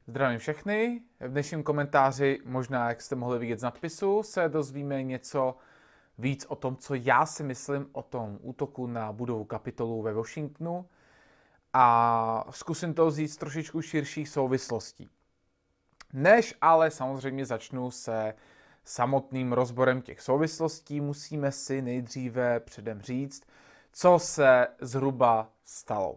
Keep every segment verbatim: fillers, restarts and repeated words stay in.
Zdravím všechny. V dnešním komentáři, možná jak jste mohli vidět z nadpisu, se dozvíme něco víc o tom, co já si myslím o tom útoku na budovu Kapitolu ve Washingtonu a zkusím to vzít z trošičku širších souvislostí. Než ale samozřejmě začnu se samotným rozborem těch souvislostí, musíme si nejdříve předem říct, co se zhruba stalo.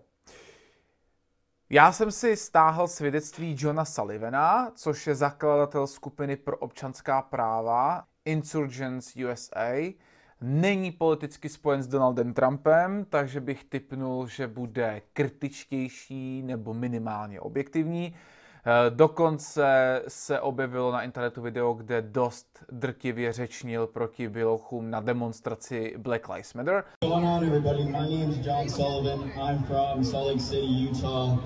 Já jsem si stáhl svědectví Johna Sullivana, což je zakladatel skupiny pro občanská práva Insurgents U S A. Není politicky spojen s Donaldem Trumpem, takže bych tipnul, že bude kritičtější nebo minimálně objektivní. Dokonce se objevilo na internetu video, kde dost drtivě řečnil proti bělochům na demonstraci Black Lives Matter. Going on, everybody? My name's John Sullivan. I'm from Salt Lake City, Utah.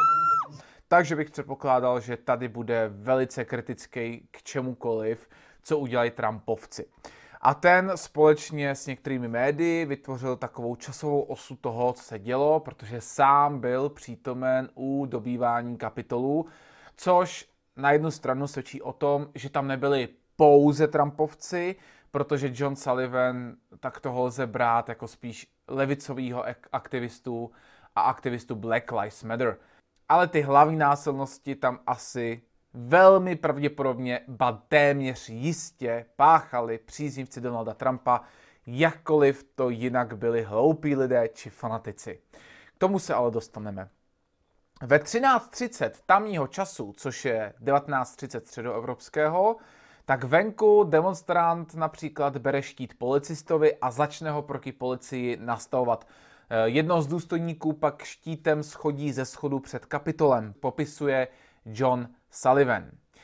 Takže bych předpokládal, že tady bude velice kritický k čemukoliv, co udělají Trumpovci. A ten společně s některými médii vytvořil takovou časovou osu toho, co se dělo, protože sám byl přítomen u dobývání Kapitolu, což na jednu stranu svědčí o tom, že tam nebyli pouze Trumpovci, protože John Sullivan tak toho lze brát jako spíš levicovýho aktivistu a aktivistu Black Lives Matter. Ale ty hlavní násilnosti tam asi velmi pravděpodobně, ba téměř jistě páchali příznivci Donalda Trumpa, jakkoliv to jinak byli hloupí lidé či fanatici. K tomu se ale dostaneme. Ve třináct třicet tamního času, což je devatenáct třicet středoevropského, tak venku demonstrant například bere štít policistovi a začne ho proti policii nastavovat. Jednoho z důstojníků pak štítem schodí ze schodu před Kapitolem, popisuje John Sullivan.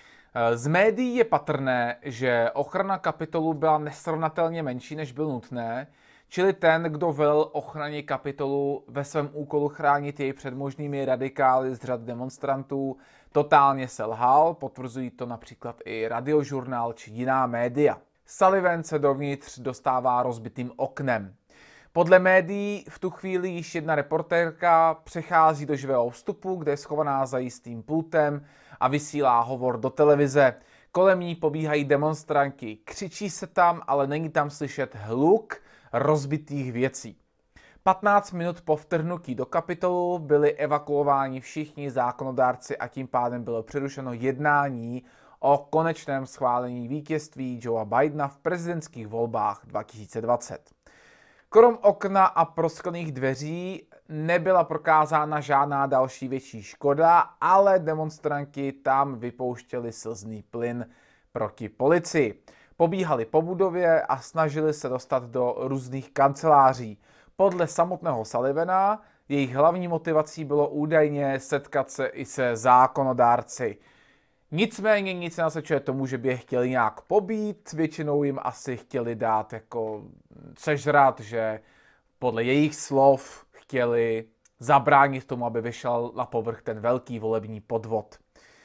Z médií je patrné, že ochrana Kapitolu byla nesrovnatelně menší, než bylo nutné, čili ten, kdo velel ochraně Kapitolu ve svém úkolu chránit jej před možnými radikály z řad demonstrantů, totálně selhal, potvrzují to například i Radiožurnál či jiná média. Sullivan se dovnitř dostává rozbitým oknem. Podle médií v tu chvíli již jedna reportérka přechází do živého vstupu, kde je schovaná za jistým pultem a vysílá hovor do televize. Kolem ní pobíhají demonstranti. Křičí se tam, ale není tam slyšet hluk rozbitých věcí. patnáct minut po vtrhnutí do Kapitolu byli evakuováni všichni zákonodárci a tím pádem bylo přerušeno jednání o konečném schválení vítězství Joea Bidena v prezidentských volbách dva tisíce dvacet. Krom okna a prosklených dveří nebyla prokázána žádná další větší škoda, ale demonstranti tam vypouštěli slzný plyn proti policii. Pobíhali po budově a snažili se dostat do různých kanceláří. Podle samotného Sullivana jejich hlavní motivací bylo údajně setkat se i se zákonodárci. Nicméně nic nasvědčuje tomu, že by je chtěli nějak pobít, většinou jim asi chtěli dát jako sežrat, že podle jejich slov chtěli zabránit tomu, aby vyšel na povrch ten velký volební podvod.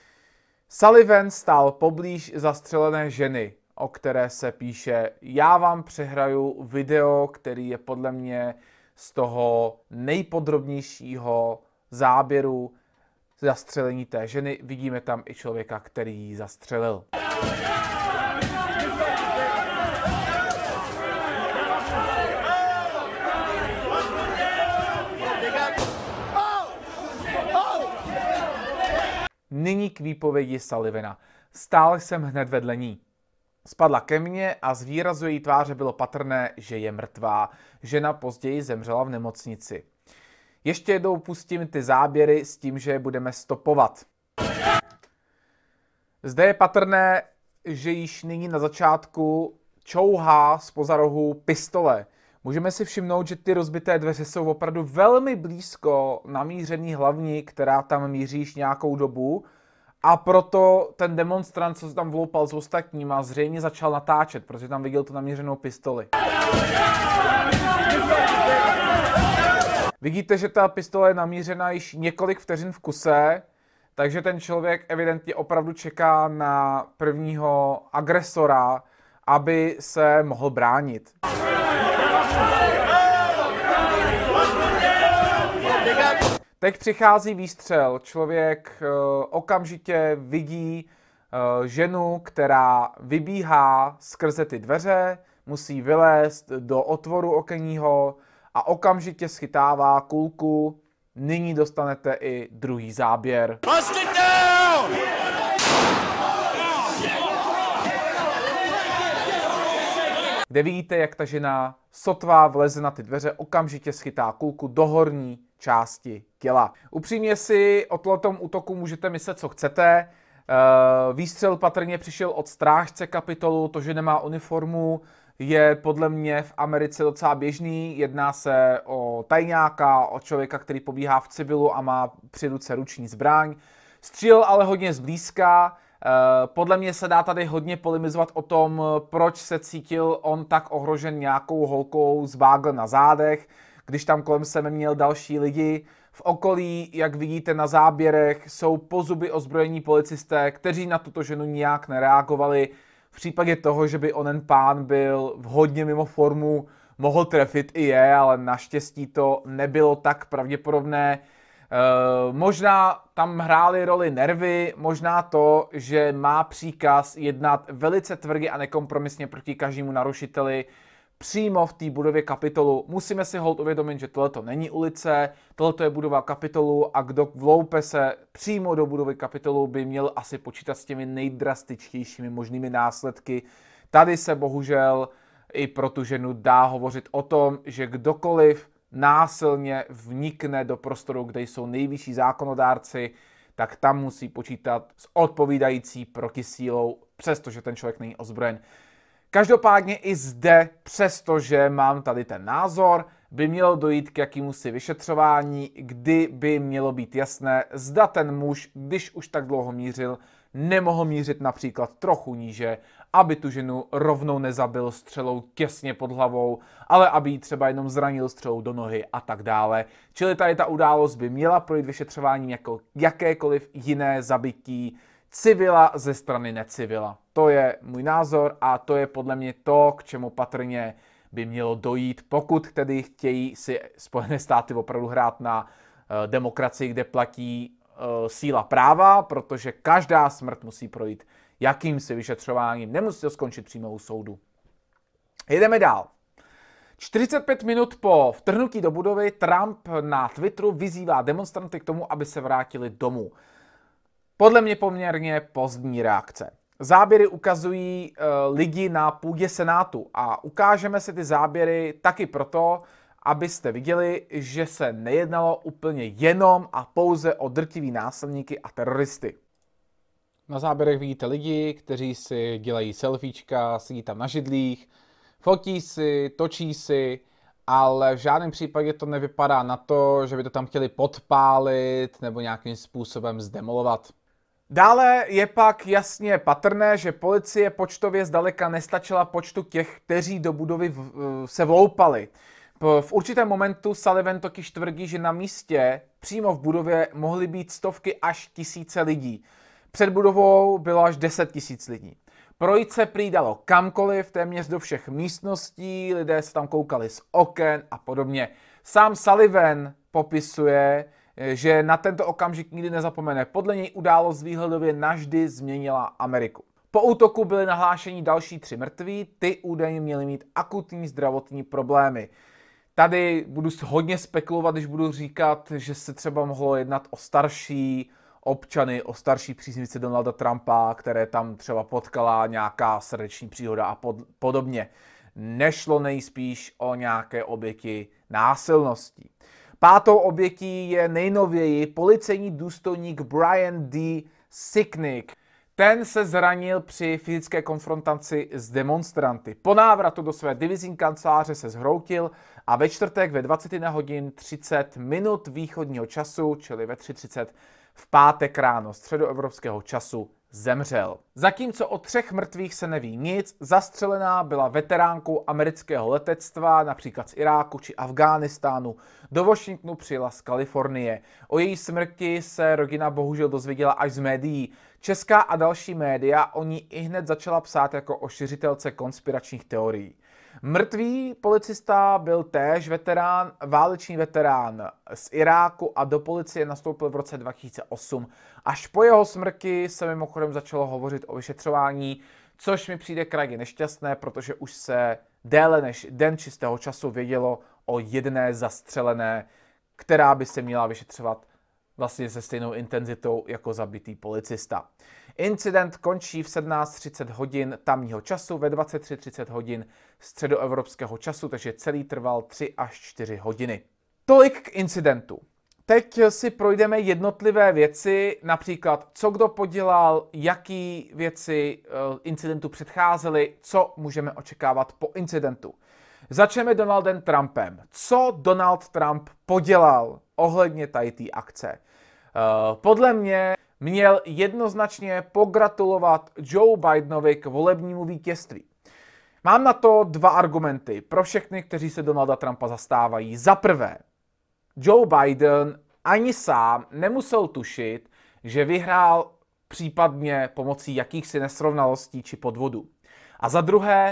Sullivan stál poblíž zastřelené ženy, o které se píše: já vám přehraju video, který je podle mě z toho nejpodrobnějšího záběru zastřelení té ženy. Vidíme tam i člověka, který ji zastřelil. Nyní k výpovědi Sullivana. Stál jsem hned vedle ní. Spadla ke mně a z výrazu její tváře bylo patrné, že je mrtvá. Žena později zemřela v nemocnici. Ještě jednou pustím ty záběry s tím, že je budeme stopovat. Zde je patrné, že již nyní na začátku čouhá zpoza rohu pistole. Můžeme si všimnout, že ty rozbité dveře jsou opravdu velmi blízko namířený hlavní, která tam míří již nějakou dobu. A proto ten demonstrant, co se tam vloupal s ostatníma, zřejmě začal natáčet, protože tam viděl tu namířenou pistoli. Vidíte, že ta pistole je namířena již několik vteřin v kuse, takže ten člověk evidentně opravdu čeká na prvního agresora, aby se mohl bránit. Teď přichází výstřel, člověk uh, okamžitě vidí uh, ženu, která vybíhá skrze ty dveře, musí vylézt do otvoru okenního a okamžitě schytává kulku. Nyní dostanete i druhý záběr. Kde vidíte, jak ta žena sotva vleze na ty dveře, okamžitě schytá kulku do horní části těla. Upřímně si o tomto útoku můžete myslet, co chcete. Výstřel patrně přišel od strážce Kapitolu, to, že nemá uniformu, je podle mě v Americe docela běžný. Jedná se o tajňáka, o člověka, který pobíhá v civilu a má při ruce ruční zbraň. Střílel ale hodně zblízka. Podle mě se dá tady hodně polemizovat o tom, proč se cítil on tak ohrožen nějakou holkou z bágle na zádech, když tam kolem sebe měl další lidi. V okolí, jak vidíte na záběrech, jsou po zuby ozbrojení policisté, kteří na tuto ženu nijak nereagovali. V případě toho, že by onen pán byl hodně mimo formu, mohl trefit i je, ale naštěstí to nebylo tak pravděpodobné. E, možná tam hrály roli nervy, možná to, že má příkaz jednat velice tvrdě a nekompromisně proti každému narušiteli přímo v té budově Kapitolu. Musíme si holt uvědomit, že tohleto není ulice, tohleto je budova Kapitolu a kdo vloupe se přímo do budovy Kapitolu, by měl asi počítat s těmi nejdrastičtějšími možnými následky. Tady se bohužel i pro tu ženu dá hovořit o tom, že kdokoliv násilně vnikne do prostoru, kde jsou nejvyšší zákonodárci, tak tam musí počítat s odpovídající protisílou, přestože ten člověk není ozbrojen. Každopádně i zde, přestože mám tady ten názor, by mělo dojít k jakýmusi vyšetřování, kdy by mělo být jasné, zda ten muž, když už tak dlouho mířil, nemohl mířit například trochu níže, aby tu ženu rovnou nezabil střelou těsně pod hlavou, ale aby ji třeba jenom zranil střelou do nohy a tak dále. Čili tady ta událost by měla projít vyšetřováním jako jakékoliv jiné zabití civila ze strany necivila. To je můj názor a to je podle mě to, k čemu patrně by mělo dojít, pokud tedy chtějí si Spojené státy opravdu hrát na uh, demokracii, kde platí uh, síla práva, protože každá smrt musí projít jakýmsi vyšetřováním, nemusí to skončit přímo u soudu. Jedeme dál. čtyřicet pět minut po vtrhnutí do budovy Trump na Twitteru vyzývá demonstranty k tomu, aby se vrátili domů. Podle mě poměrně pozdní reakce. Záběry ukazují uh, lidi na půdě Senátu a ukážeme si ty záběry taky proto, abyste viděli, že se nejednalo úplně jenom a pouze o drtivý násilníky a teroristy. Na záběrech vidíte lidi, kteří si dělají selfiečka, sedí tam na židlích, fotí si, točí si, ale v žádném případě to nevypadá na to, že by to tam chtěli podpálit nebo nějakým způsobem zdemolovat. Dále je pak jasně patrné, že policie počtově zdaleka nestačila počtu těch, kteří do budovy se vloupali. V určitém momentu Sullivan totiž tvrdí, že na místě přímo v budově mohly být stovky až tisíce lidí. Před budovou bylo až deset tisíc lidí. Projít se prý dalo kamkoliv, téměř do všech místností, lidé se tam koukali z oken a podobně. Sám Sullivan popisuje, že na tento okamžik nikdy nezapomene. Podle něj událost výhledově navždy změnila Ameriku. Po útoku byly nahlášeni další tři mrtví, ty údajně měli mít akutní zdravotní problémy. Tady budu hodně spekulovat, když budu říkat, že se třeba mohlo jednat o starší občany, o starší příznivce Donalda Trumpa, které tam třeba potkala nějaká srdeční příhoda a pod, podobně. Nešlo nejspíš o nějaké oběti násilností. Pátou obětí je nejnověji policejní důstojník Brian D. Sicknick. Ten se zranil při fyzické konfrontaci s demonstranty. Po návratu do své divizní kanceláře se zhroutil a ve čtvrtek ve dvacet jedna hodin třicet minut východního času, čili ve tři třicet v pátek ráno středoevropského času, zemřel. Zatímco o třech mrtvých se neví nic, zastřelená byla veteránkou amerického letectva, například z Iráku či Afghánistánu. Do Washingtonu přijela z Kalifornie. O její smrti se rodina bohužel dozvěděla až z médií. Česká a další média o ní ihned začala psát jako o šiřitelce konspiračních teorií. Mrtvý policista byl též veterán, válečný veterán z Iráku a do policie nastoupil v roce dva tisíce osm. Až po jeho smrti se mimochodem začalo hovořit o vyšetřování, což mi přijde krajně nešťastné, protože už se déle než den čistého času vědělo o jedné zastřelené, která by se měla vyšetřovat vlastně se stejnou intenzitou jako zabitý policista. Incident končí v sedmnáct třicet hodin tamního času, ve dvacet tři třicet hodin středoevropského času, takže celý trval tři až čtyři hodiny. Tolik k incidentu. Teď si projdeme jednotlivé věci, například co kdo podělal, jaký věci incidentu předcházely, co můžeme očekávat po incidentu. Začneme Donaldem Trumpem. Co Donald Trump podělal ohledně tady té akce? Podle mě měl jednoznačně pogratulovat Joe Bidenovi k volebnímu vítězství. Mám na to dva argumenty pro všechny, kteří se Donalda Trumpa zastávají. Za prvé, Joe Biden ani sám nemusel tušit, že vyhrál případně pomocí jakýchsi nesrovnalostí či podvodů. A za druhé,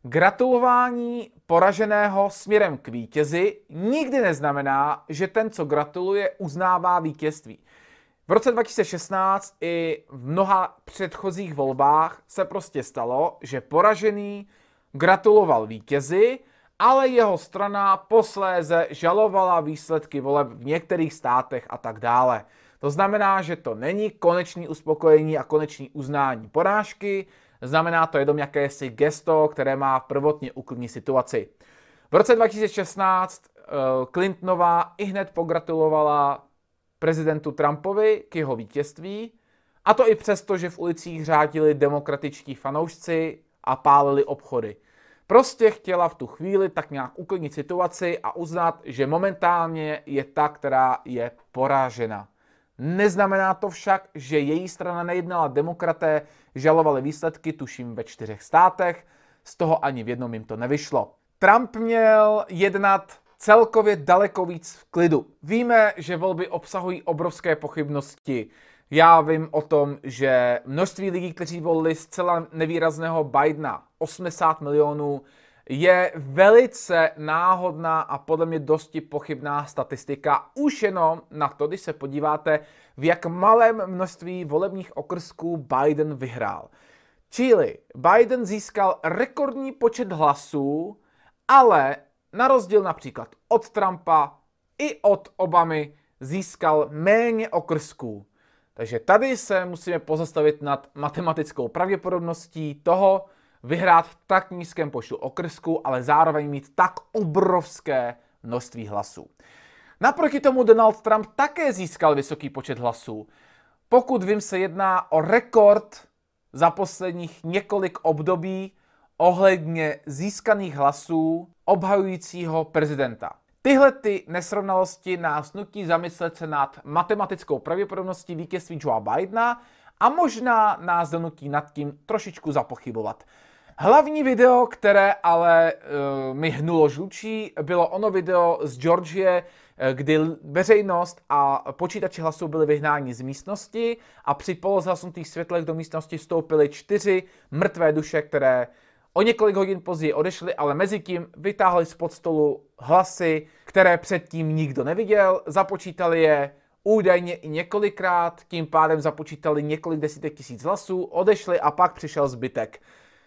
gratulování poraženého směrem k vítězi nikdy neznamená, že ten, co gratuluje, uznává vítězství. V roce dva tisíce šestnáct i v mnoha předchozích volbách se prostě stalo, že poražený gratuloval vítězi, ale jeho strana posléze žalovala výsledky voleb v některých státech a tak dále. To znamená, že to není konečný uspokojení a konečný uznání porážky, znamená to jenom jakési gesto, které má prvotně uklidnit situaci. V roce dva tisíce šestnáct Clintonová ihned pogratulovala prezidentu Trumpovi k jeho vítězství, a to i přesto, že v ulicích řádili demokratičtí fanoušci a pálili obchody. Prostě chtěla v tu chvíli tak nějak uklidnit situaci a uznat, že momentálně je ta, která je porážena. Neznamená to však, že její strana nejednala, demokraté žalovali výsledky, tuším ve čtyřech státech, z toho ani v jednom jim to nevyšlo. Trump měl jednat celkově daleko víc v klidu. Víme, že volby obsahují obrovské pochybnosti. Já vím o tom, že množství lidí, kteří volili zcela nevýrazného Bidena, osmdesát milionů, je velice náhodná a podle mě dosti pochybná statistika. Už jenom na to, když se podíváte, v jak malém množství volebních okrsků Biden vyhrál. Čili Biden získal rekordní počet hlasů, ale na rozdíl například od Trumpa i od Obamy získal méně okrsků. Takže tady se musíme pozastavit nad matematickou pravděpodobností toho vyhrát v tak nízkém počtu okrsků, ale zároveň mít tak obrovské množství hlasů. Naproti tomu Donald Trump také získal vysoký počet hlasů. Pokud vím, se jedná o rekord za posledních několik období ohledně získaných hlasů obhajujícího prezidenta. Tyhle ty nesrovnalosti nás nutí zamyslet se nad matematickou pravděpodobností vítězství Joea Bidena a možná nás donutí nad tím trošičku zapochybovat. Hlavní video, které ale uh, mi hnulo žlučí, bylo ono video z Georgie, kdy veřejnost a počítači hlasů byly vyhnáni z místnosti a při polozhasnutých světlech do místnosti vstoupily čtyři mrtvé duše, které o několik hodin později odešly, ale mezi tím vytáhli spod stolu hlasy, které předtím nikdo neviděl, započítali je údajně i několikrát, tím pádem započítali několik desítek tisíc hlasů, odešli a pak přišel zbytek.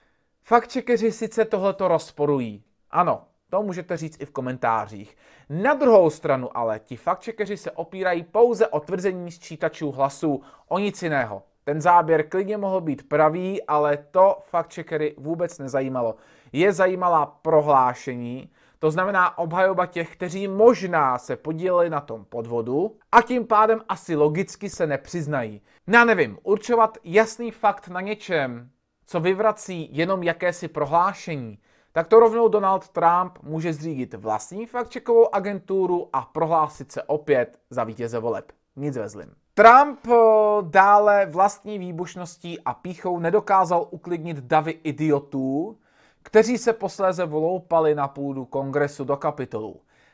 Faktčekeři sice tohleto rozporují. Ano, to můžete říct i v komentářích. Na druhou stranu ale ti faktčekeři se opírají pouze o tvrzení sčítačů hlasů, o nic jiného. Ten záběr klidně mohl být pravý, ale to faktčekery vůbec nezajímalo. Je zajímala prohlášení, to znamená obhajoba těch, kteří možná se podíleli na tom podvodu a tím pádem asi logicky se nepřiznají. Já nevím, určovat jasný fakt na něčem, co vyvrací jenom jakési prohlášení, tak to rovnou Donald Trump může zřídit vlastní faktčekovou agenturu a prohlásit se opět za vítěze voleb. Nic ve zlým. Trump dále vlastní výbušností a pýchou nedokázal uklidnit davy idiotů, kteří se posléze voloupali na půdu kongresu do Kapitolu.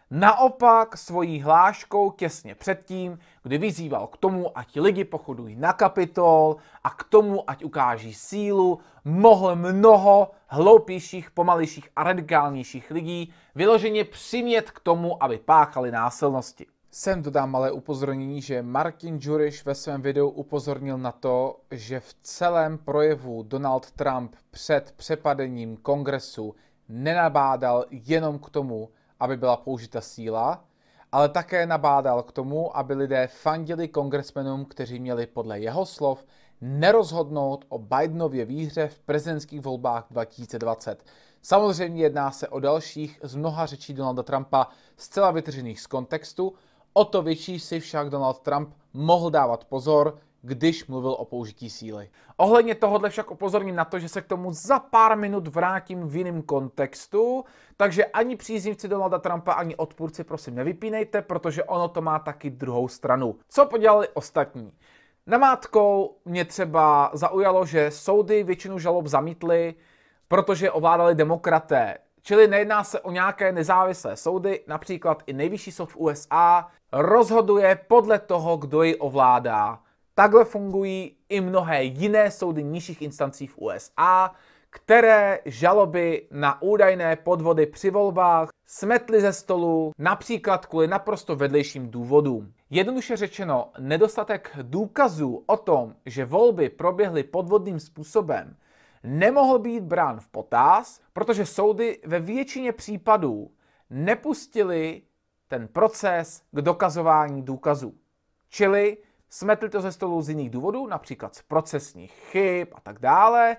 Naopak svojí hláškou těsně předtím, kdy vyzýval k tomu, ať lidi pochodují na Kapitol a k tomu, ať ukáží sílu, mohl mnoho hloupějších, pomalejších a radikálnějších lidí vyloženě přimět k tomu, aby páchali násilnosti. Sem dodám malé upozornění, že Martin Juriš ve svém videu upozornil na to, že v celém projevu Donald Trump před přepadením kongresu nenabádal jenom k tomu, aby byla použita síla, ale také nabádal k tomu, aby lidé fandili kongresmenům, kteří měli podle jeho slov nerozhodnout o Bidenově výhře v prezidentských volbách dva tisíce dvacet. Samozřejmě jedná se o dalších z mnoha řečí Donalda Trumpa zcela vytržených z kontextu, o to větší si však Donald Trump mohl dávat pozor, když mluvil o použití síly. Ohledně tohohle však upozorním na to, že se k tomu za pár minut vrátím v jiném kontextu, takže ani příznivci Donalda Trumpa, ani odpůrci prosím nevypínejte, protože ono to má taky druhou stranu. Co podělali ostatní? Namátkou mě třeba zaujalo, že soudy většinu žalob zamítly, protože ovládali demokraté. Čili nejedná se o nějaké nezávislé soudy, například i nejvyšší soud v U S A rozhoduje podle toho, kdo ji ovládá. Takhle fungují i mnohé jiné soudy nižších instancí v U S A, které žaloby na údajné podvody při volbách smetly ze stolu například kvůli naprosto vedlejším důvodům. Jednoduše řečeno, nedostatek důkazů o tom, že volby proběhly podvodným způsobem, nemohl být brán v potaz, protože soudy ve většině případů nepustili ten proces k dokazování důkazů. Čili smetli to ze stolu z jiných důvodů, například z procesních chyb a tak dále,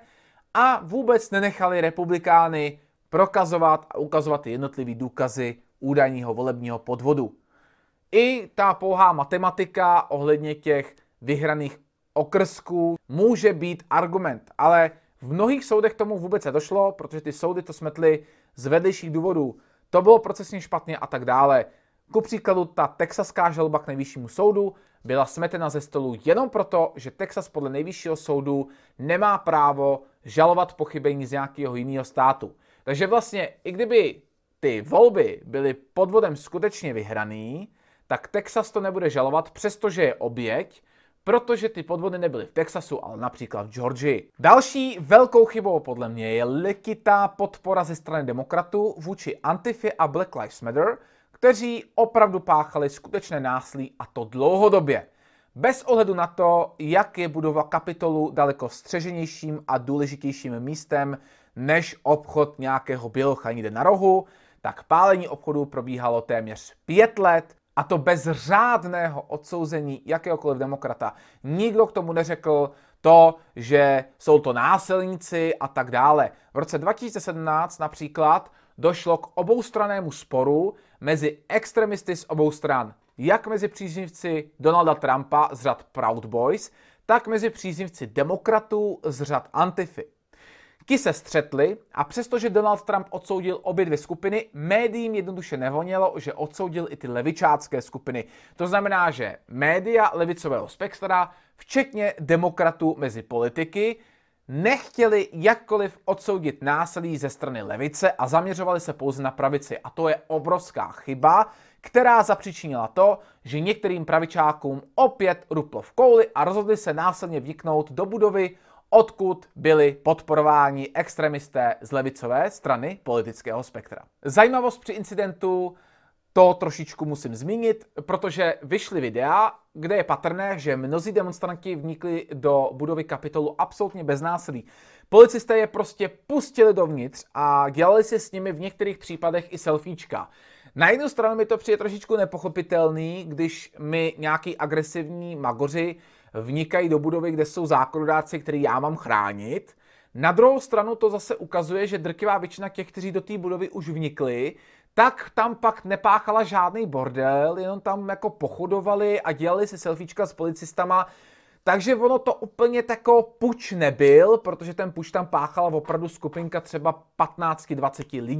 a vůbec nenechali republikány prokazovat a ukazovat jednotlivý důkazy údajného volebního podvodu. I ta pouhá matematika ohledně těch vyhraných okrsků může být argument, ale v mnohých soudech tomu vůbec nedošlo, protože ty soudy to smetly z vedlejších důvodů. To bylo procesně špatně a tak dále. Ku příkladu ta texaská žaloba k nejvyššímu soudu byla smetena ze stolu jenom proto, že Texas podle nejvyššího soudu nemá právo žalovat pochybení z nějakého jiného státu. Takže vlastně, i kdyby ty volby byly podvodem skutečně vyhraný, tak Texas to nebude žalovat, přestože je oběť, protože ty podvody nebyly v Texasu, ale například v Georgii. Další velkou chybou podle mě je likitá podpora ze strany demokratů vůči Antifě a Black Lives Matter, kteří opravdu páchali skutečné násilí, a to dlouhodobě. Bez ohledu na to, jak je budova Kapitolu daleko střeženějším a důležitějším místem než obchod nějakého bělocha někde na rohu, tak pálení obchodu probíhalo téměř pět let, a to bez řádného odsouzení jakéhokoliv demokrata. Nikdo k tomu neřekl to, že jsou to násilníci a tak dále. V roce dva tisíce sedmnáct například došlo k oboustrannému sporu mezi extremisty z obou stran. Jak mezi příznivci Donalda Trumpa z řad Proud Boys, tak mezi příznivci demokratů z řad Antify. Ti se střetli a přestože Donald Trump odsoudil obě dvě skupiny, médiím jednoduše nevonělo, že odsoudil i ty levičácké skupiny. To znamená, že média levicového spektra, včetně demokratů mezi politiky, nechtěli jakkoliv odsoudit násilí ze strany levice a zaměřovali se pouze na pravici. A to je obrovská chyba, která zapříčinila to, že některým pravičákům opět ruplo v kouli a rozhodli se násilně vniknout do budovy, odkud byli podporováni extremisté z levicové strany politického spektra. Zajímavost při incidentu, to trošičku musím zmínit, protože vyšly videa, kde je patrné, že mnozí demonstranti vnikli do budovy Kapitolu absolutně bez násilí. Policisté je prostě pustili dovnitř a dělali si s nimi v některých případech i selfiečka. Na jednu stranu mi to přijde trošičku nepochopitelný, když mi nějaký agresivní magoři vnikají do budovy, kde jsou zákonodárci, který já mám chránit. Na druhou stranu to zase ukazuje, že drtivá většina těch, kteří do té budovy už vnikli, tak tam pak nepáchala žádný bordel, jenom tam jako pochodovali a dělali si selfiečka s policistama. Takže ono to úplně tako puč nebyl, protože ten puč tam páchala opravdu skupinka třeba patnáct dvacet lidí.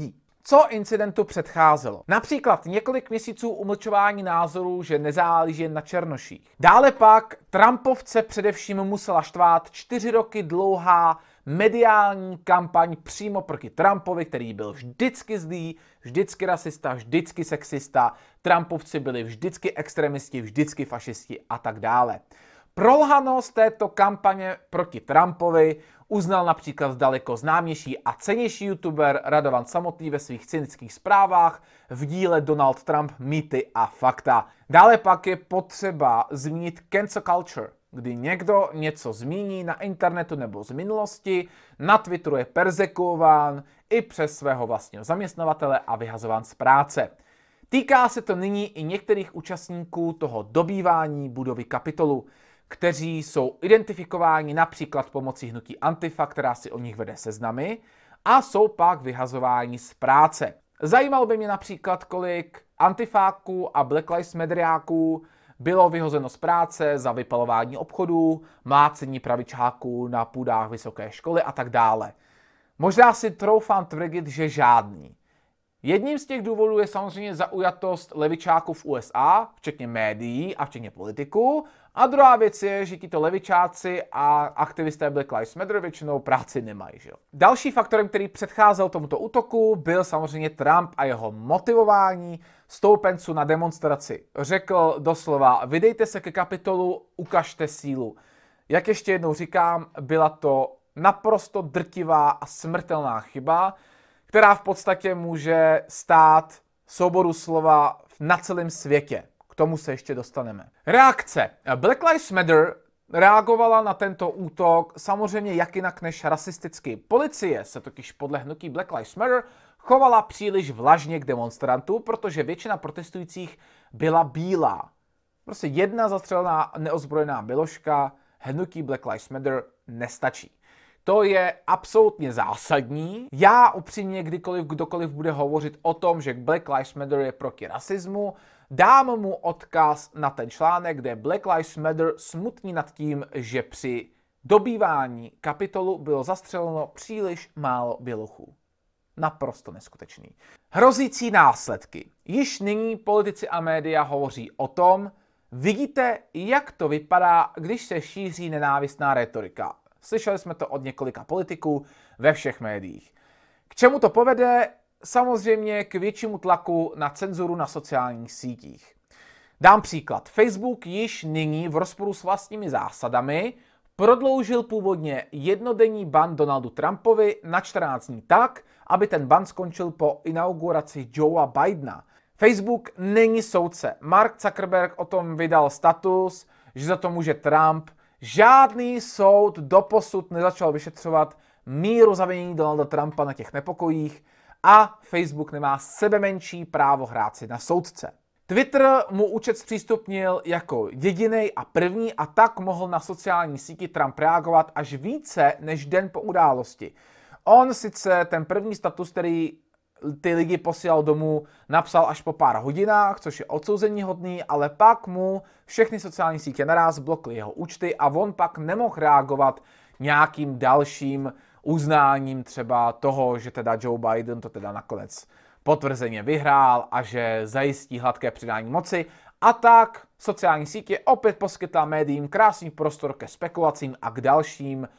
Co incidentu předcházelo? Například několik měsíců umlčování názorů, že nezáleží jen na černoších. Dále pak Trumpovce především musela štvát čtyři roky dlouhá mediální kampaň přímo proti Trumpovi, který byl vždycky zlý, vždycky rasista, vždycky sexista. Trumpovci byli vždycky extremisti, vždycky fašisti a tak dále. Prolhanost této kampaně proti Trumpovi uznal například daleko známější a cennější youtuber Radovan Samotný ve svých cynických zprávách v díle Donald Trump, mýty a fakta. Dále pak je potřeba zmínit cancel culture, kdy někdo něco zmíní na internetu nebo z minulosti, na Twitteru je perzekuován i přes svého vlastního zaměstnavatele a vyhazován z práce. Týká se to nyní i některých účastníků toho dobývání budovy Kapitolu, kteří jsou identifikováni například pomocí hnutí Antifa, která si o nich vede seznamy, a jsou pak vyhazováni z práce. Zajímalo by mě například, kolik antifáků a Black Lives Matteráků bylo vyhozeno z práce za vypalování obchodů, mlácení pravičáků na půdách vysoké školy a tak dále. Možná si troufám tvrdit, že žádný. Jedním z těch důvodů je samozřejmě zaujatost levičáků v U S A, včetně médií a včetně politiků. A druhá věc je, že tito levičáci a aktivisté Black Lives Matter většinou práci nemají. Že? Další faktorem, který předcházel tomuto útoku, byl samozřejmě Trump a jeho motivování stoupenců na demonstraci. Řekl doslova, vydejte se ke Kapitolu, ukažte sílu. Jak ještě jednou říkám, byla to naprosto drtivá a smrtelná chyba, která v podstatě může stát souboru slova na celém světě. K tomu se ještě dostaneme. Reakce. Black Lives Matter reagovala na tento útok samozřejmě jak jinak než rasisticky. Policie se totiž podle hnutí Black Lives Matter chovala příliš vlažně k demonstrantům, protože většina protestujících byla bílá. Prostě jedna zastřelená neozbrojená běložka hnutí Black Lives Matter nestačí. To je absolutně zásadní. Já upřímně, kdykoliv kdokoliv bude hovořit o tom, že Black Lives Matter je proti rasismu, dám mu odkaz na ten článek, kde Black Lives Matter smutní nad tím, že při dobývání Kapitolu bylo zastřeleno příliš málo bělochů. Naprosto neskutečný. Hrozící následky. Již nyní politici a média hovoří o tom, vidíte, jak to vypadá, když se šíří nenávistná retorika. Slyšeli jsme to od několika politiků ve všech médiích. K čemu to povede? Samozřejmě k většímu tlaku na cenzuru na sociálních sítích. Dám příklad. Facebook již nyní v rozporu s vlastními zásadami prodloužil původně jednodenní ban Donaldu Trumpovi na čtrnáct dní tak, aby ten ban skončil po inauguraci Joea Bidena. Facebook není soudce. Mark Zuckerberg o tom vydal status, že za to může Trump. Žádný soud doposud nezačal vyšetřovat míru zavinění Donalda Trumpa na těch nepokojích a Facebook nemá sebemenší právo hrát si na soudce. Twitter mu účet zpřístupnil jako jedinej a první a tak mohl na sociální síti Trump reagovat až více než den po události. On sice ten první status, který ty lidi posílal domů, napsal až po pár hodinách, což je odsouzení hodný, ale pak mu všechny sociální sítě naraz blokly jeho účty a on pak nemohl reagovat nějakým dalším uznáním třeba toho, že teda Joe Biden to teda nakonec potvrzeně vyhrál a že zajistí hladké předání moci. A tak sociální sítě opět poskytla médiím krásný prostor ke spekulacím a k dalším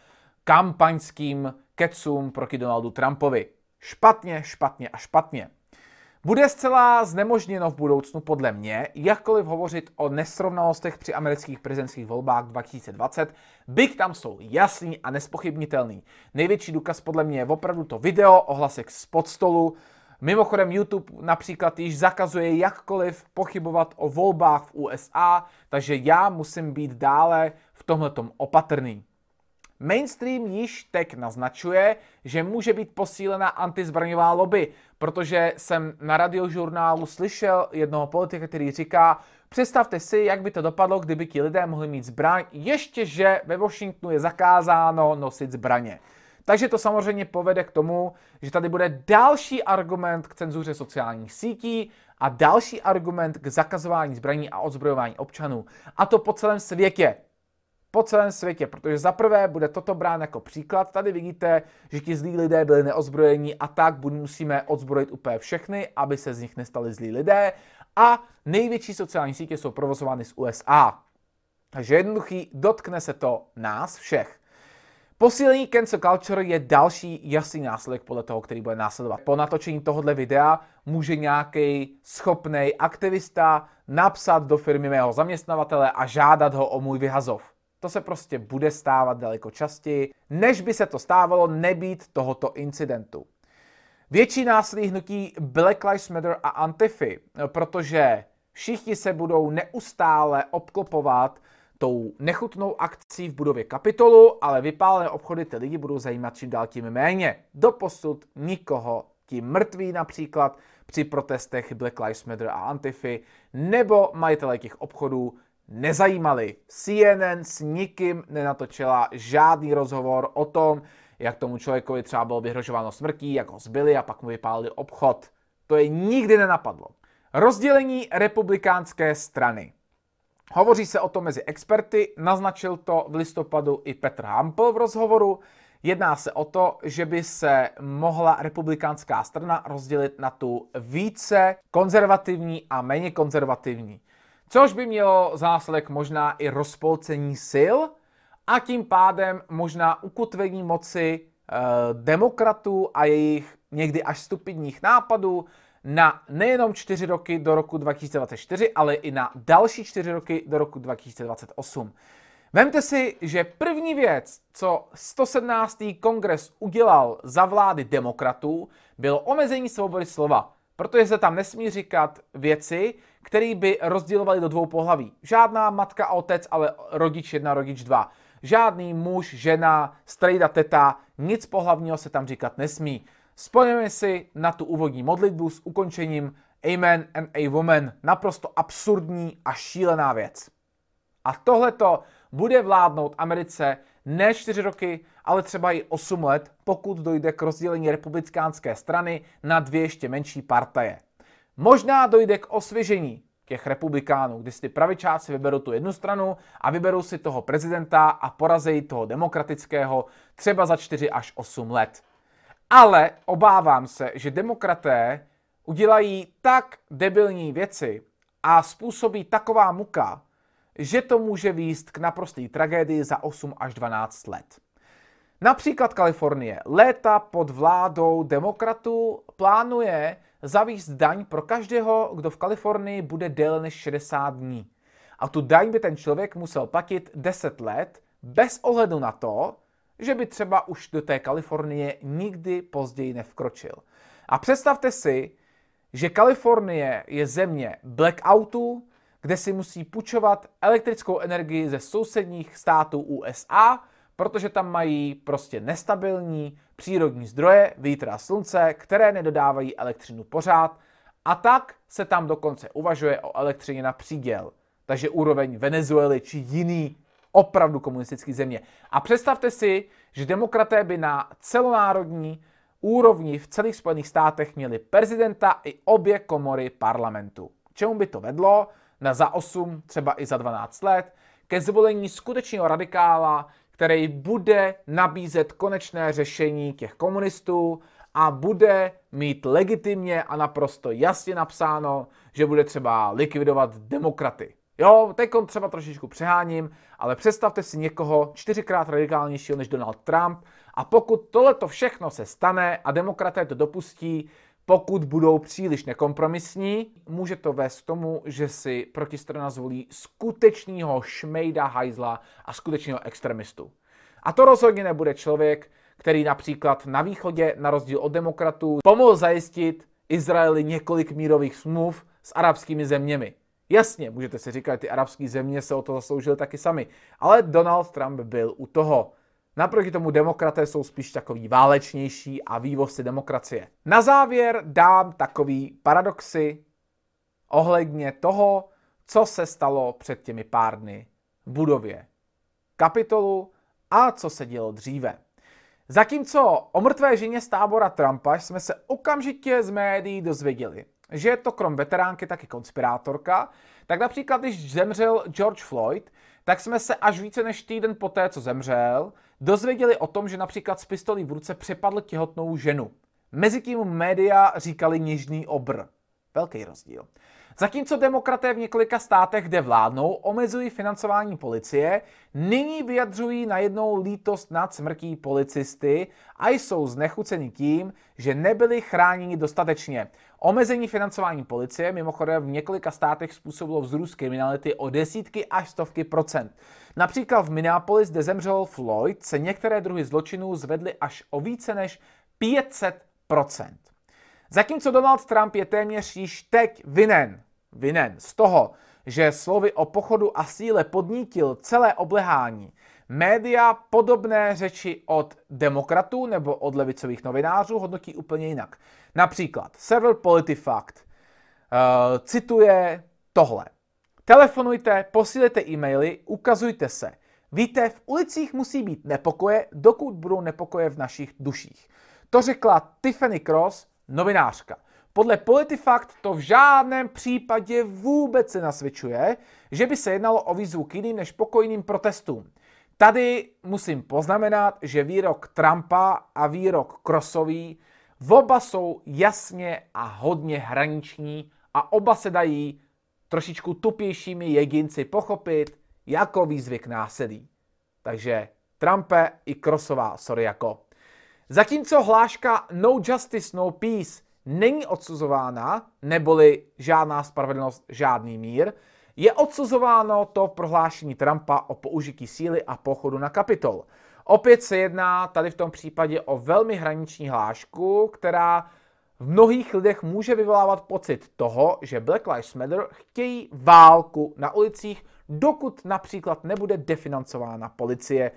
kampaňským kecům proti Donaldu Trumpovi. Špatně, špatně a špatně. Bude zcela znemožněno v budoucnu podle mě jakkoliv hovořit o nesrovnalostech při amerických prezidentských volbách dva tisíce dvacet, byť tam jsou jasný a nespochybnitelný. Největší důkaz podle mě je opravdu to video o hlasech spod stolu. Mimochodem YouTube například již zakazuje jakkoliv pochybovat o volbách v U S A, takže já musím být dále v tomhletom opatrný. Mainstream již teď naznačuje, že může být posílena antizbraňová lobby, protože jsem na radiožurnálu slyšel jednoho politika, který říká, představte si, jak by to dopadlo, kdyby ti lidé mohli mít zbraň, ještě že ve Washingtonu je zakázáno nosit zbraně. Takže to samozřejmě povede k tomu, že tady bude další argument k cenzuře sociálních sítí a další argument k zakazování zbraní a odzbrojování občanů. A to po celém světě. po celém světě, protože za prvé bude toto brán jako příklad. Tady vidíte, že ti zlí lidé byli neozbrojení a tak musíme odzbrojit úplně všechny, aby se z nich nestali zlí lidé. A největší sociální sítě jsou provozovány z U S A. Takže jednoduchý, dotkne se to nás všech. Posílení cancel culture je další jasný následek podle toho, který bude následovat. Po natočení tohohle videa může nějaký schopný aktivista napsat do firmy mého zaměstnavatele a žádat ho o můj vyhazov. To se prostě bude stávat daleko častěji, než by se to stávalo nebýt tohoto incidentu. Větší násilí hnutí Black Lives Matter a Antify, protože všichni se budou neustále obklopovat tou nechutnou akcí v budově Kapitolu, ale vypálené obchody ty lidi budou zajímat čím dál tím méně. Doposud nikoho ti mrtví například při protestech Black Lives Matter a Antify nebo majitele těch obchodů nezajímali. C N N s nikým nenatočila žádný rozhovor o tom, jak tomu člověkovi třeba bylo vyhrožováno smrtí, jak ho zbyli a pak mu vypálili obchod. To je nikdy nenapadlo. Rozdělení republikánské strany. Hovoří se o tom mezi experty, naznačil to v listopadu i Petr Hampl v rozhovoru. Jedná se o to, že by se mohla republikánská strana rozdělit na tu více konzervativní a méně konzervativní. Což by mělo za následek možná i rozpolcení sil a tím pádem možná ukotvení moci eh, demokratů a jejich někdy až stupidních nápadů na nejenom čtyři roky do roku dva tisíce dvacet čtyři, ale i na další čtyři roky do roku dva tisíce dvacet osm. Vemte si, že první věc, co sto sedmnáctý kongres udělal za vlády demokratů, bylo omezení svobody slova, protože se tam nesmí říkat věci, které by rozdělovaly do dvou pohlaví. Žádná matka a otec, ale rodič jedna, rodič dva. Žádný muž, žena, strejda, teta, nic pohlavního se tam říkat nesmí. Vzpomeňme si na tu úvodní modlitbu s ukončením Amen and a woman. Naprosto absurdní a šílená věc. A tohleto bude vládnout Americe ne čtyři roky, ale třeba i osm let, pokud dojde k rozdělení republikánské strany na dvě ještě menší partaje. Možná dojde k osvěžení těch republikánů, kdy si ty pravičáci vyberou tu jednu stranu a vyberou si toho prezidenta a porazejí toho demokratického třeba za čtyři až osm let. Ale obávám se, že demokraté udělají tak debilní věci a způsobí taková muka, že to může vést k naprosté tragédii za osm až dvanáct let. Například Kalifornie léta pod vládou demokratů plánuje zavést daň pro každého, kdo v Kalifornii bude déle než šedesát dní. A tu daň by ten člověk musel platit deset let bez ohledu na to, že by třeba už do té Kalifornie nikdy později nevkročil. A představte si, že Kalifornie je země blackoutů, kde si musí půjčovat elektrickou energii ze sousedních států U S A, protože tam mají prostě nestabilní přírodní zdroje, vítr a slunce, které nedodávají elektřinu pořád, a tak se tam dokonce uvažuje o elektřině na příděl. Takže úroveň Venezuely či jiný opravdu komunistický země. A představte si, že demokraté by na celonárodní úrovni v celých Spojených státech měli prezidenta i obě komory parlamentu. K čemu by to vedlo? Na za osm, třeba i za dvanáct let, ke zvolení skutečného radikála, který bude nabízet konečné řešení těch komunistů a bude mít legitimně a naprosto jasně napsáno, že bude třeba likvidovat demokraty. Jo, teď třeba trošičku přeháním, ale představte si někoho čtyřikrát radikálnějšího než Donald Trump a pokud tohleto všechno se stane a demokraté to dopustí, pokud budou příliš nekompromisní, může to vést k tomu, že si protistrana zvolí skutečného šmejda hajzla a skutečného extremistu. A to rozhodně nebude člověk, který například na východě, na rozdíl od demokratů, pomohl zajistit Izraeli několik mírových smluv s arabskými zeměmi. Jasně, můžete si říkat, ty arabské země se o to zasloužily taky sami, ale Donald Trump byl u toho. Naproti tomu demokraté jsou spíš takový válečnější a vývozci demokracie. Na závěr dám takový paradoxy ohledně toho, co se stalo před těmi pár dny v budově Kapitolu a co se dělo dříve. Zatímco o mrtvé ženě z tábora Trumpa jsme se okamžitě z médií dozvěděli, že je to krom veteránky taky konspirátorka, tak například, když zemřel George Floyd, tak jsme se až více než týden poté, co zemřel, dozvěděli o tom, že například s pistolí v ruce přepadl těhotnou ženu. Mezitím média říkali něžný obr. Velký rozdíl. Zatímco demokraté v několika státech, kde vládnou, omezují financování policie, nyní vyjadřují najednou lítost nad smrtí policisty a jsou znechuceni tím, že nebyli chráněni dostatečně. Omezení financování policie mimochodem v několika státech způsobilo vzrůst kriminality o desítky až stovky procent. Například v Minneapolis, kde zemřel Floyd, se některé druhy zločinů zvedly až o více než pět set procent. Zatímco Donald Trump je téměř již teď vinen, vinen z toho, že slovy o pochodu a síle podnítil celé oblehání, média podobné řeči od demokratů nebo od levicových novinářů hodnotí úplně jinak. Například server PolitiFact uh, cituje tohle. Telefonujte, posílejte e-maily, ukazujte se. Víte, v ulicích musí být nepokoje, dokud budou nepokoje v našich duších. To řekla Tiffany Cross, novinářka. Podle PolitiFact to v žádném případě vůbec se nasvědčuje, že by se jednalo o výzvu k jiným než pokojným protestům. Tady musím poznamenat, že výrok Trumpa a výrok Crossový oba jsou jasně a hodně hraniční a oba se dají trošičku tupějšími jedinci pochopit jako výzvy k násilí. Takže Trumpe i Crossová, sorry jako. Zatímco hláška No Justice, No Peace není odsuzována, neboli žádná spravedlnost, žádný mír, je odsuzováno to prohlášení Trumpa o použití síly a pochodu na Kapitol. Opět se jedná tady v tom případě o velmi hraniční hlášku, která v mnohých lidech může vyvolávat pocit toho, že Black Lives Matter chtějí válku na ulicích, dokud například nebude definancována policie.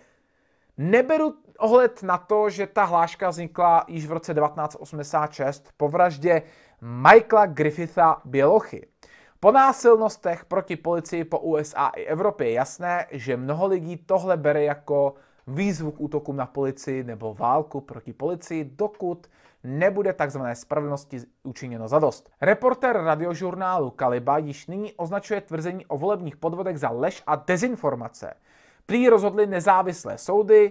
Neberu ohled na to, že ta hláška vznikla již v roce devatenáct osmdesát šest po vraždě Michaela Griffitha Bělochy. Po násilnostech proti policii po U S A i Evropě je jasné, že mnoho lidí tohle bere jako výzvu k útokům na policii nebo válku proti policii, dokud nebude tzv. Spravedlnosti učiněno zadost. Reportér radiožurnálu Kaliba již nyní označuje tvrzení o volebních podvodech za lež a dezinformace. Prý rozhodly nezávislé soudy,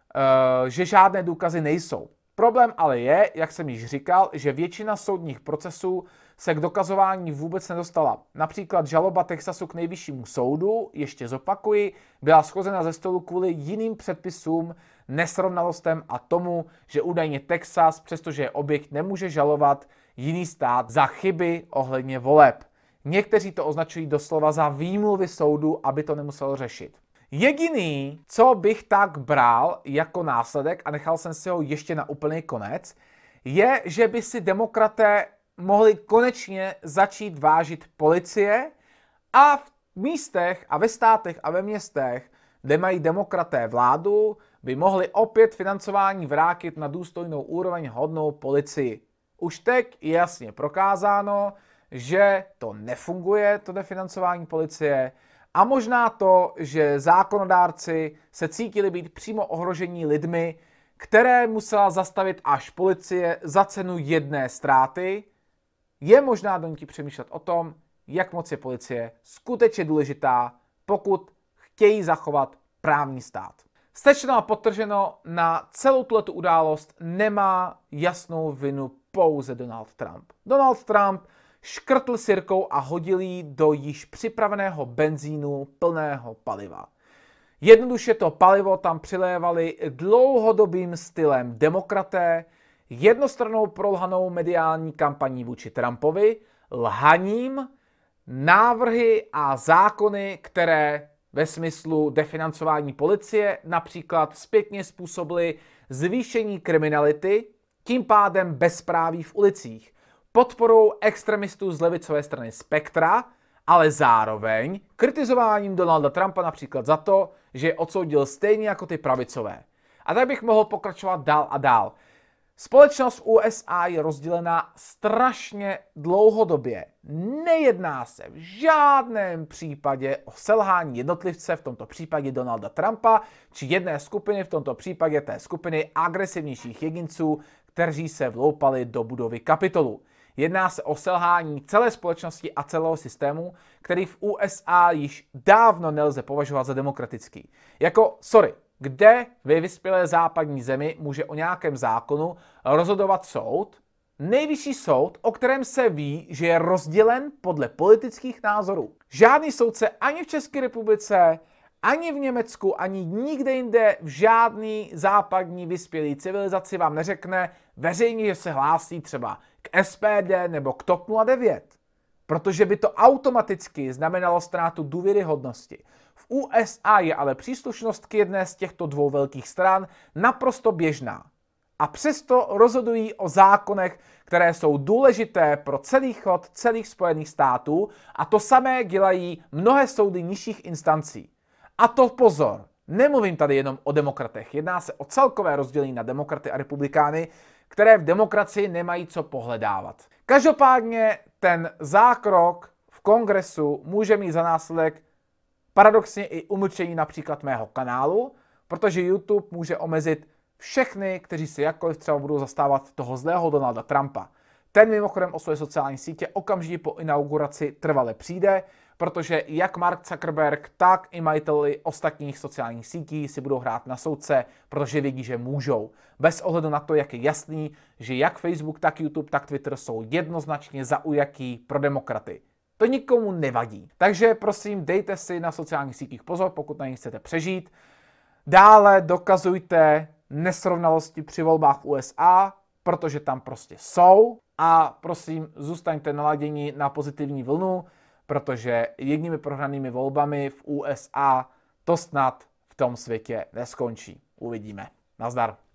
že žádné důkazy nejsou. Problém ale je, jak jsem již říkal, že většina soudních procesů se k dokazování vůbec nedostala. Například žaloba Texasu k nejvyššímu soudu, ještě zopakuji, byla schozena ze stolu kvůli jiným předpisům, nesrovnalostem a tomu, že údajně Texas, přestože je objekt, nemůže žalovat jiný stát za chyby ohledně voleb. Někteří to označují doslova za výmluvy soudu, aby to nemuselo řešit. Jediný, co bych tak bral jako následek, a nechal jsem si ho ještě na úplný konec, je, že by si demokraté mohli konečně začít vážit policie a v místech a ve státech a ve městech, kde mají demokraté vládu, by mohli opět financování vrátit na důstojnou úroveň hodnou policii. Už teď je jasně prokázáno, že to nefunguje, to definancování policie, a možná to, že zákonodárci se cítili být přímo ohrožení lidmi, které musela zastavit až policie za cenu jedné ztráty, je možná donutí přemýšlet o tom, jak moc je policie skutečně důležitá, pokud chtějí zachovat právní stát. Sečteno a podtrženo, na celou tuhletu událost nemá jasnou vinu pouze Donald Trump. Donald Trump škrtl sirkou a hodil ji do již připraveného benzínu plného paliva. Jednoduše to palivo tam přilévali dlouhodobým stylem demokraté, jednostrannou prolhanou mediální kampaní vůči Trumpovi, lhaním, návrhy a zákony, které ve smyslu definancování policie například zpětně způsobily zvýšení kriminality, tím pádem bezpráví v ulicích, podporou extremistů z levicové strany spektra, ale zároveň kritizováním Donalda Trumpa například za to, že je odsoudil stejně jako ty pravicové. A tak bych mohl pokračovat dál a dál. Společnost v U S A je rozdělená strašně dlouhodobě. Nejedná se v žádném případě o selhání jednotlivce, v tomto případě Donalda Trumpa, či jedné skupiny, v tomto případě té skupiny agresivnějších jedinců, kteří se vloupali do budovy Kapitolu. Jedná se o selhání celé společnosti a celého systému, který v U S A již dávno nelze považovat za demokratický. Jako, sorry, kde ve vyspělé západní zemi může o nějakém zákonu rozhodovat soud? Nejvyšší soud, o kterém se ví, že je rozdělen podle politických názorů. Žádný soudce ani v České republice, ani v Německu, ani nikde jinde v žádný západní vyspělý civilizaci vám neřekne veřejně, že se hlásí třeba k S P D nebo k TOP nula devět. Protože by to automaticky znamenalo ztrátu důvěryhodnosti. V U S A je ale příslušnost k jedné z těchto dvou velkých stran naprosto běžná. A přesto rozhodují o zákonech, které jsou důležité pro celý chod celých Spojených států, a to samé dělají mnohé soudy nižších instancí. A to pozor, nemluvím tady jenom o demokratech, jedná se o celkové rozdělení na demokraty a republikány, které v demokracii nemají co pohledávat. Každopádně ten zákrok v kongresu může mít za následek paradoxně i umlčení například mého kanálu, protože YouTube může omezit všechny, kteří se jakkoliv třeba budou zastávat toho zlého Donalda Trumpa. Ten mimochodem o své sociální sítě okamžitě po inauguraci trvale přijde, protože jak Mark Zuckerberg, tak i majiteli ostatních sociálních sítí si budou hrát na soudce, protože vědí, že můžou. Bez ohledu na to, jak je jasný, že jak Facebook, tak YouTube, tak Twitter jsou jednoznačně zaujatí pro demokraty. To nikomu nevadí. Takže prosím, dejte si na sociálních sítích pozor, pokud na nich chcete přežít. Dále dokazujte nesrovnalosti při volbách v U S A, protože tam prostě jsou. A prosím, zůstaňte naladěni na pozitivní vlnu, protože jedními prohranými volbami v U S A to snad v tom světě neskončí. Uvidíme. Nazdar.